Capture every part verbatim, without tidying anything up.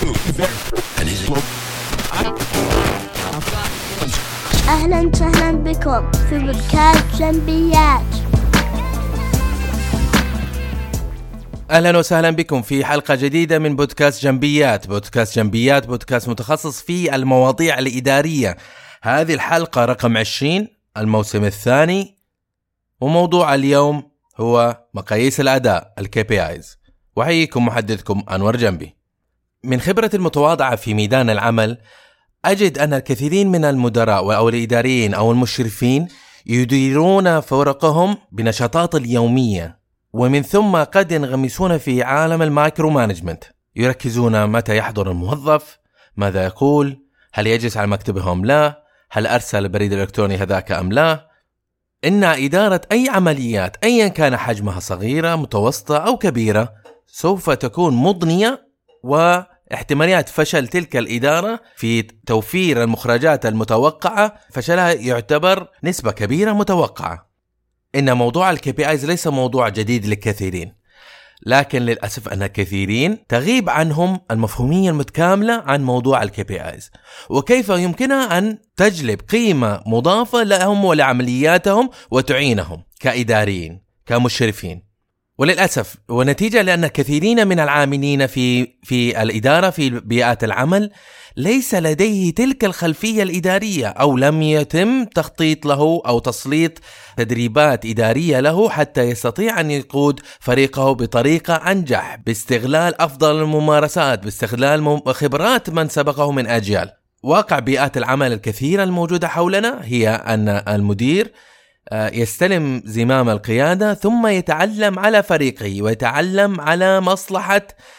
أهلا وسهلا بكم في بودكاست جنبيات. أهلا وسهلا بكم في حلقة جديدة من بودكاست جنبيات. بودكاست جنبيات بودكاست متخصص في المواضيع الإدارية. هذه الحلقة رقم عشرين، الموسم الثاني، وموضوع اليوم هو مقاييس الأداء ال كي بي آيز. وحييكم محدثكم أنور جنبي. من خبرتي المتواضعة في ميدان العمل أجد أن الكثيرين من المدراء أو الإداريين أو المشرفين يديرون فرقهم بنشاطات اليومية، ومن ثم قد ينغمسون في عالم المايكرو مانجمنت. يركزون متى يحضر الموظف، ماذا يقول، هل يجلس على مكتبه أم لا، هل أرسل البريد الإلكتروني هذاك أم لا. إن إدارة أي عمليات أيا كان حجمها، صغيرة متوسطة أو كبيرة، سوف تكون مضنية، واحتماليات فشل تلك الإدارة في توفير المخرجات المتوقعة فشلها يعتبر نسبة كبيرة متوقعة. إن موضوع ال كي بي آيز ليس موضوع جديد للكثيرين، لكن للأسف أن الكثيرين تغيب عنهم المفهومية المتكاملة عن موضوع ال كي بي آيز وكيف يمكنها أن تجلب قيمة مضافة لهم ولعملياتهم وتعينهم كإداريين كمشرفين. وللأسف ونتيجة لأن كثيرين من العاملين في في الإدارة في بيئات العمل ليس لديه تلك الخلفية الإدارية، أو لم يتم تخطيط له أو تسليط تدريبات إدارية له حتى يستطيع أن يقود فريقه بطريقة أنجح، باستغلال أفضل الممارسات، باستغلال خبرات من سبقه من أجيال. واقع بيئات العمل الكثيرة الموجودة حولنا هي أن المدير يستلم زمام القيادة ثم يتعلم على فريقه ويتعلم على مصلحة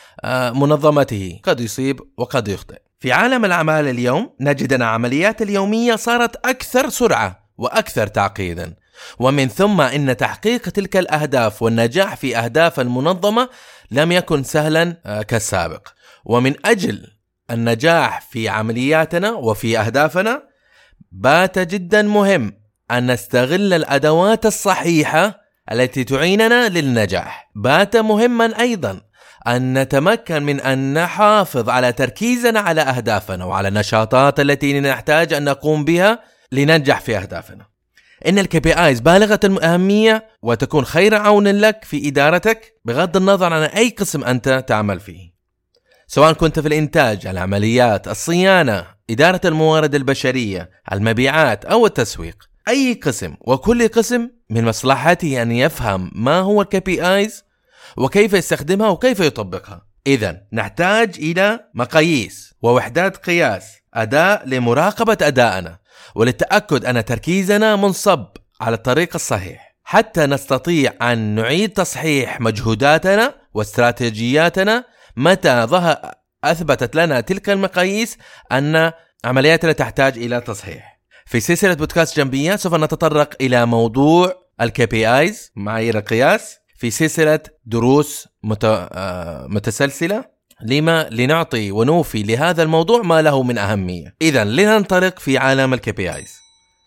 منظمته، قد يصيب وقد يخطئ. في عالم الأعمال اليوم نجد أن العمليات اليومية صارت أكثر سرعة وأكثر تعقيدا، ومن ثم إن تحقيق تلك الأهداف والنجاح في أهداف المنظمة لم يكن سهلا كالسابق. ومن أجل النجاح في عملياتنا وفي أهدافنا بات جدا مهم أن نستغل الأدوات الصحيحة التي تعيننا للنجاح. بات مهما أيضا أن نتمكن من أن نحافظ على تركيزنا على أهدافنا وعلى النشاطات التي نحتاج أن نقوم بها لننجح في أهدافنا. إن ال كي بي آيز بالغة الأهمية وتكون خير عون لك في إدارتك بغض النظر عن أي قسم أنت تعمل فيه، سواء كنت في الإنتاج، العمليات، الصيانة، إدارة الموارد البشرية، المبيعات أو التسويق. أي قسم، وكل قسم من مصلحته أن يفهم ما هو ال كي بي آيز وكيف يستخدمها وكيف يطبقها. إذن نحتاج إلى مقاييس ووحدات قياس أداء لمراقبة أدائنا وللتأكد أن تركيزنا منصب على الطريق الصحيح، حتى نستطيع أن نعيد تصحيح مجهوداتنا واستراتيجياتنا متى ظهر أثبتت لنا تلك المقاييس أن عملياتنا تحتاج إلى تصحيح. في سلسلة بودكاست جنبيات سوف نتطرق إلى موضوع ال كي بي آيز، معايير القياس، في سلسلة دروس مت... متسلسلة لما لنعطي ونوفي لهذا الموضوع ما له من أهمية. إذن لننطلق في عالم ال كي بي آيز.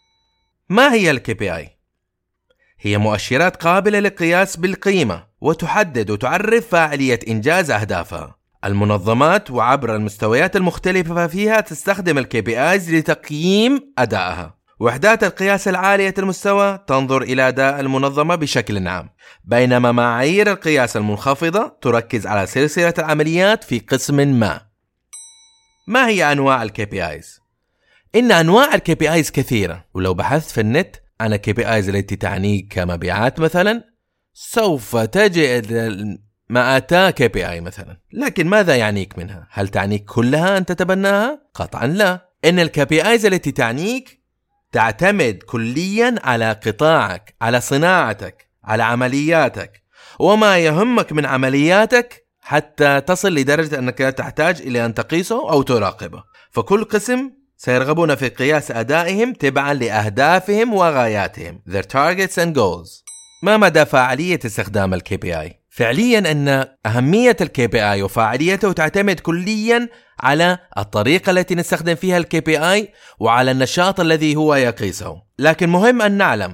ما هي ال كي بي آي؟ هي مؤشرات قابلة للقياس بالقيمة وتحدد وتعرف فاعلية إنجاز أهدافها. المنظمات وعبر المستويات المختلفة فيها تستخدم ال كي بي آيز لتقييم أدائها. وحدات القياس العالية المستوى تنظر إلى أداء المنظمة بشكل عام، بينما معايير القياس المنخفضة تركز على سلسلة العمليات في قسم ما. ما هي أنواع ال كي بي آيز؟ إن أنواع ال كي بي آيز كثيرة، ولو بحثت في النت عن ال كي بي آيز التي تعنيك كمبيعات مثلا سوف تجد مئتا كي بي آي مثلا. لكن ماذا يعنيك منها؟ هل تعنيك كلها أن تتبناها؟ قطعا لا. إن ال كي بي آيز التي تعنيك تعتمد كليا على قطاعك، على صناعتك، على عملياتك، وما يهمك من عملياتك حتى تصل لدرجة أنك تحتاج إلى أن تقيسه أو تراقبه. فكل قسم سيرغبون في قياس أدائهم تبعا لأهدافهم وغاياتهم their targets and goals. ما مدى فاعلية استخدام ال كي بي آي؟ فعليا أن أهمية ال كي بي آي وفاعليته تعتمد كليا على الطريقة التي نستخدم فيها ال كي بي آي وعلى النشاط الذي هو يقيسه. لكن مهم أن نعلم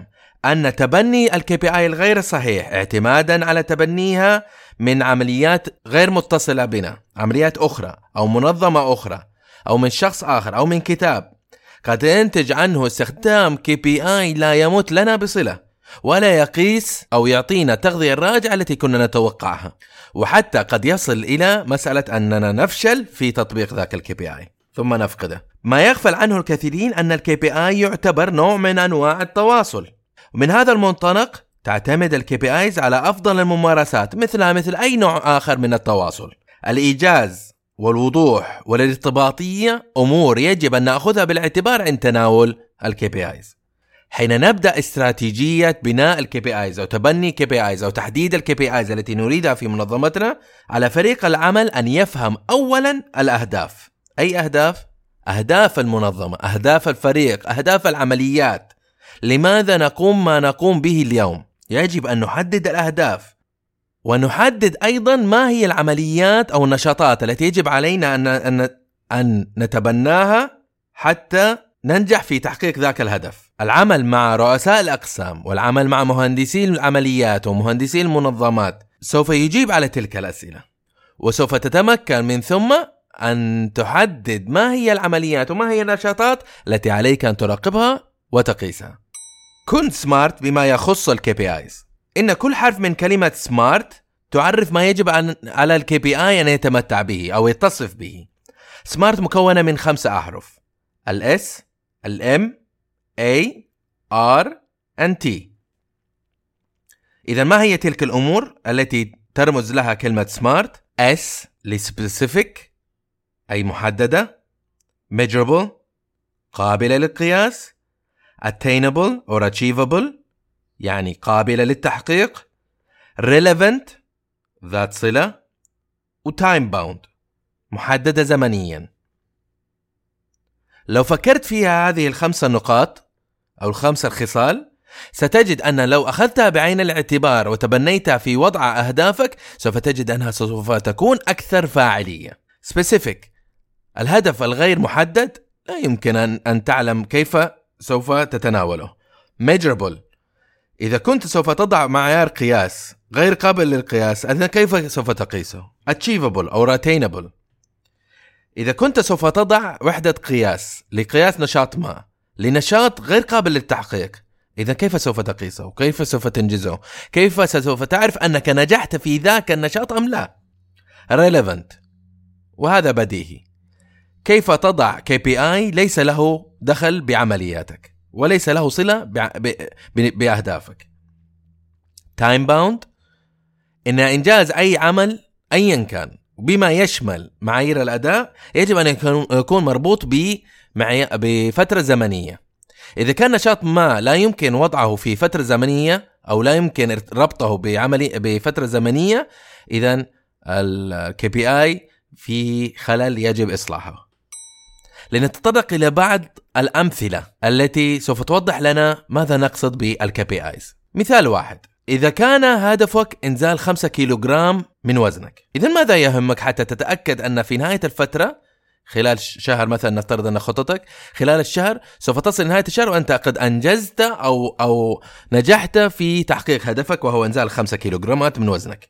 أن تبني الكي بي آي الغير صحيح اعتمادا على تبنيها من عمليات غير متصلة بنا، عمليات أخرى أو منظمة أخرى أو من شخص آخر أو من كتاب، قد ينتج عنه استخدام كي بي آي لا يمت لنا بصلة ولا يقيس أو يعطينا تغذية الراجعة التي كنا نتوقعها، وحتى قد يصل إلى مسألة أننا نفشل في تطبيق ذاك الكي بي آي ثم نفقده. ما يغفل عنه الكثيرين أن الكي بي آي يعتبر نوع من أنواع التواصل، ومن هذا المنطلق تعتمد الكي بي آيز على أفضل الممارسات مثلها مثل أي نوع آخر من التواصل. الإيجاز والوضوح والارتباطية أمور يجب أن نأخذها بالاعتبار عند تناول الكي بي آيز. حين نبدأ استراتيجية بناء الكي بي آيز أو تبني كي بي آيز أو تحديد الكي بي آيز التي نريدها في منظمتنا، على فريق العمل أن يفهم أولا الأهداف. أي أهداف؟ أهداف المنظمة، أهداف الفريق، أهداف العمليات. لماذا نقوم ما نقوم به اليوم؟ يجب أن نحدد الأهداف، ونحدد أيضا ما هي العمليات أو النشاطات التي يجب علينا أن, أن, أن نتبناها حتى ننجح في تحقيق ذاك الهدف. العمل مع رؤساء الأقسام والعمل مع مهندسي العمليات ومهندسي المنظمات سوف يجيب على تلك الأسئلة، وسوف تتمكن من ثم أن تحدد ما هي العمليات وما هي النشاطات التي عليك أن تراقبها وتقيسها. كن سمارت بما يخص الكي بي آيز. إن كل حرف من كلمة سمارت تعرف ما يجب على الكي بي آي أن يتمتع به أو يتصف به. سمارت مكونة من خمسة أحرف: الإس، الإم، أي، آر، أن تي. إذا ما هي تلك الأمور التي ترمز لها كلمة سمارت؟ S لسبيسيفيك أي محددة، measurable قابلة للقياس، attainable or achievable يعني قابلة للتحقيق، relevant ذات صلة، و time bound محددة زمنيا. لو فكرت فيها هذه الخمسة نقاط أو الخمسة الخصال، ستجد أن لو أخذتها بعين الاعتبار وتبنيتها في وضع أهدافك سوف تجد أنها سوف تكون أكثر فاعلية. specific الهدف الغير محدد لا يمكن أن, أن تعلم كيف سوف تتناوله. measurable إذا كنت سوف تضع معيار قياس غير قابل للقياس أنت كيف سوف تقيسه. achievable أو attainable إذا كنت سوف تضع وحدة قياس لقياس نشاط ما لنشاط غير قابل للتحقيق، إذا كيف سوف تقيسه وكيف سوف تنجزه؟ كيف سوف تعرف أنك نجحت في ذاك النشاط أم لا؟ relevant وهذا بديهي، كيف تضع كي بي آي ليس له دخل بعملياتك وليس له صلة بأهدافك. time bound إن إنجاز أي عمل أيا كان بما يشمل معايير الأداء يجب أن يكون مربوط بفترة زمنية. إذا كان نشاط ما لا يمكن وضعه في فترة زمنية أو لا يمكن ربطه بعملي بفترة زمنية، إذن ال كي بي آي في خلل يجب إصلاحه. لنتطرق إلى بعض الأمثلة التي سوف توضح لنا ماذا نقصد بالكي بي آيز. مثال واحد: إذا كان هدفك إنزال خمسة كيلوغرام من وزنك، إذن ماذا يهمك حتى تتأكد أن في نهاية الفترة خلال شهر مثلا، نفترض أن خطتك خلال الشهر سوف تصل لنهاية الشهر وأنت قد أنجزت أو أو نجحت في تحقيق هدفك وهو إنزال خمسة كيلوغرامات من وزنك؟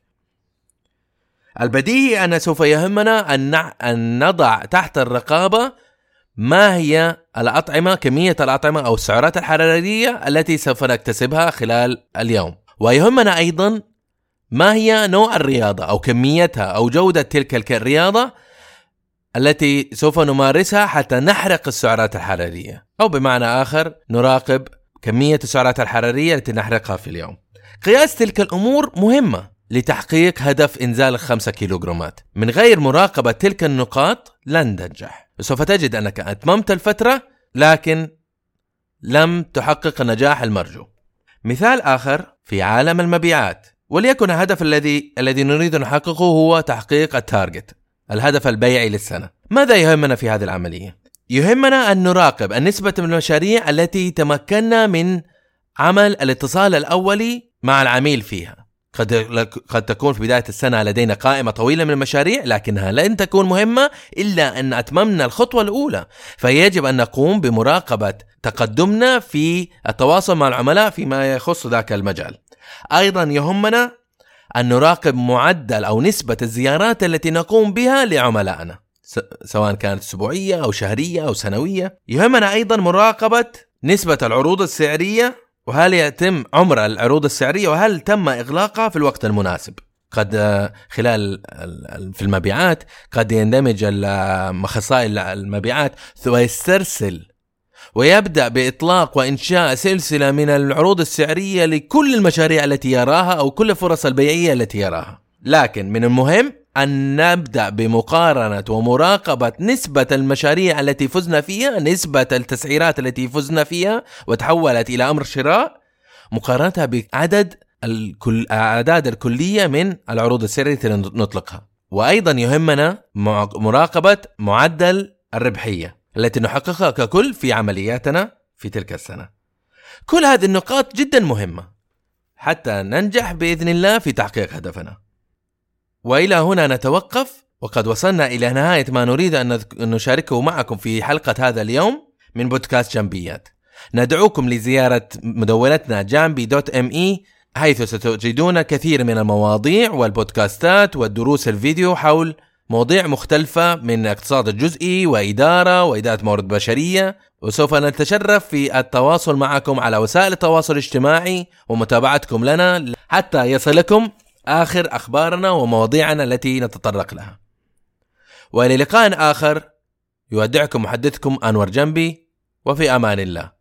البديهي أن سوف يهمنا أن أن نضع تحت الرقابة ما هي الأطعمة، كمية الأطعمة أو السعرات الحرارية التي سوف نكتسبها خلال اليوم، ويهمنا أيضا ما هي نوع الرياضة أو كميتها أو جودة تلك الرياضة التي سوف نمارسها حتى نحرق السعرات الحرارية، أو بمعنى آخر نراقب كمية السعرات الحرارية التي نحرقها في اليوم. قياس تلك الأمور مهمة لتحقيق هدف إنزال الخمسة كيلوغرامات. من غير مراقبة تلك النقاط لن تنجح، سوف تجد أنك أتممت الفترة لكن لم تحقق النجاح المرجو. مثال آخر في عالم المبيعات، وليكن الهدف الذي الذي نريد أن نحققه هو تحقيق التارجت، الهدف البيعي للسنة. ماذا يهمنا في هذه العملية؟ يهمنا أن نراقب النسبة من المشاريع التي تمكنا من عمل الاتصال الأولي مع العميل فيها. قد قد تكون في بداية السنة لدينا قائمة طويلة من المشاريع لكنها لن تكون مهمة إلا أن أتممنا الخطوة الأولى، فيجب أن نقوم بمراقبة تقدمنا في التواصل مع العملاء فيما يخص ذاك المجال. أيضا يهمنا أن نراقب معدل أو نسبة الزيارات التي نقوم بها لعملائنا، سواء كانت أسبوعية أو شهرية أو سنوية. يهمنا أيضا مراقبة نسبة العروض السعرية، وهل يتم عمر العروض السعرية وهل تم إغلاقها في الوقت المناسب. قد خلال في المبيعات قد يندمج مخصائل المبيعات ويسترسل ويبدأ بإطلاق وإنشاء سلسلة من العروض السعرية لكل المشاريع التي يراها أو كل الفرص البيعية التي يراها. لكن من المهم أن نبدأ بمقارنة ومراقبة نسبة المشاريع التي فزنا فيها، نسبة التسعيرات التي فزنا فيها وتحولت إلى أمر شراء، مقارنتها بعدد الكل أعداد الكلية من العروض السعرية التي نطلقها. وأيضا يهمنا مراقبة معدل الربحية التي نحققها ككل في عملياتنا في تلك السنة. كل هذه النقاط جدا مهمة حتى ننجح بإذن الله في تحقيق هدفنا. وإلى هنا نتوقف، وقد وصلنا إلى نهاية ما نريد أن نشاركه معكم في حلقة هذا اليوم من بودكاست جنبيات. ندعوكم لزيارة مدونتنا جامبي دوت ام اي، حيث ستجدون كثير من المواضيع والبودكاستات والدروس الفيديو حول مواضيع مختلفة من اقتصاد الجزئي وإدارة وإدارة موارد بشرية. وسوف نتشرف في التواصل معكم على وسائل التواصل الاجتماعي ومتابعتكم لنا حتى يصلكم آخر أخبارنا ومواضيعنا التي نتطرق لها. وإلى لقاء آخر، يودعكم محدثكم أنور جنبي، وفي أمان الله.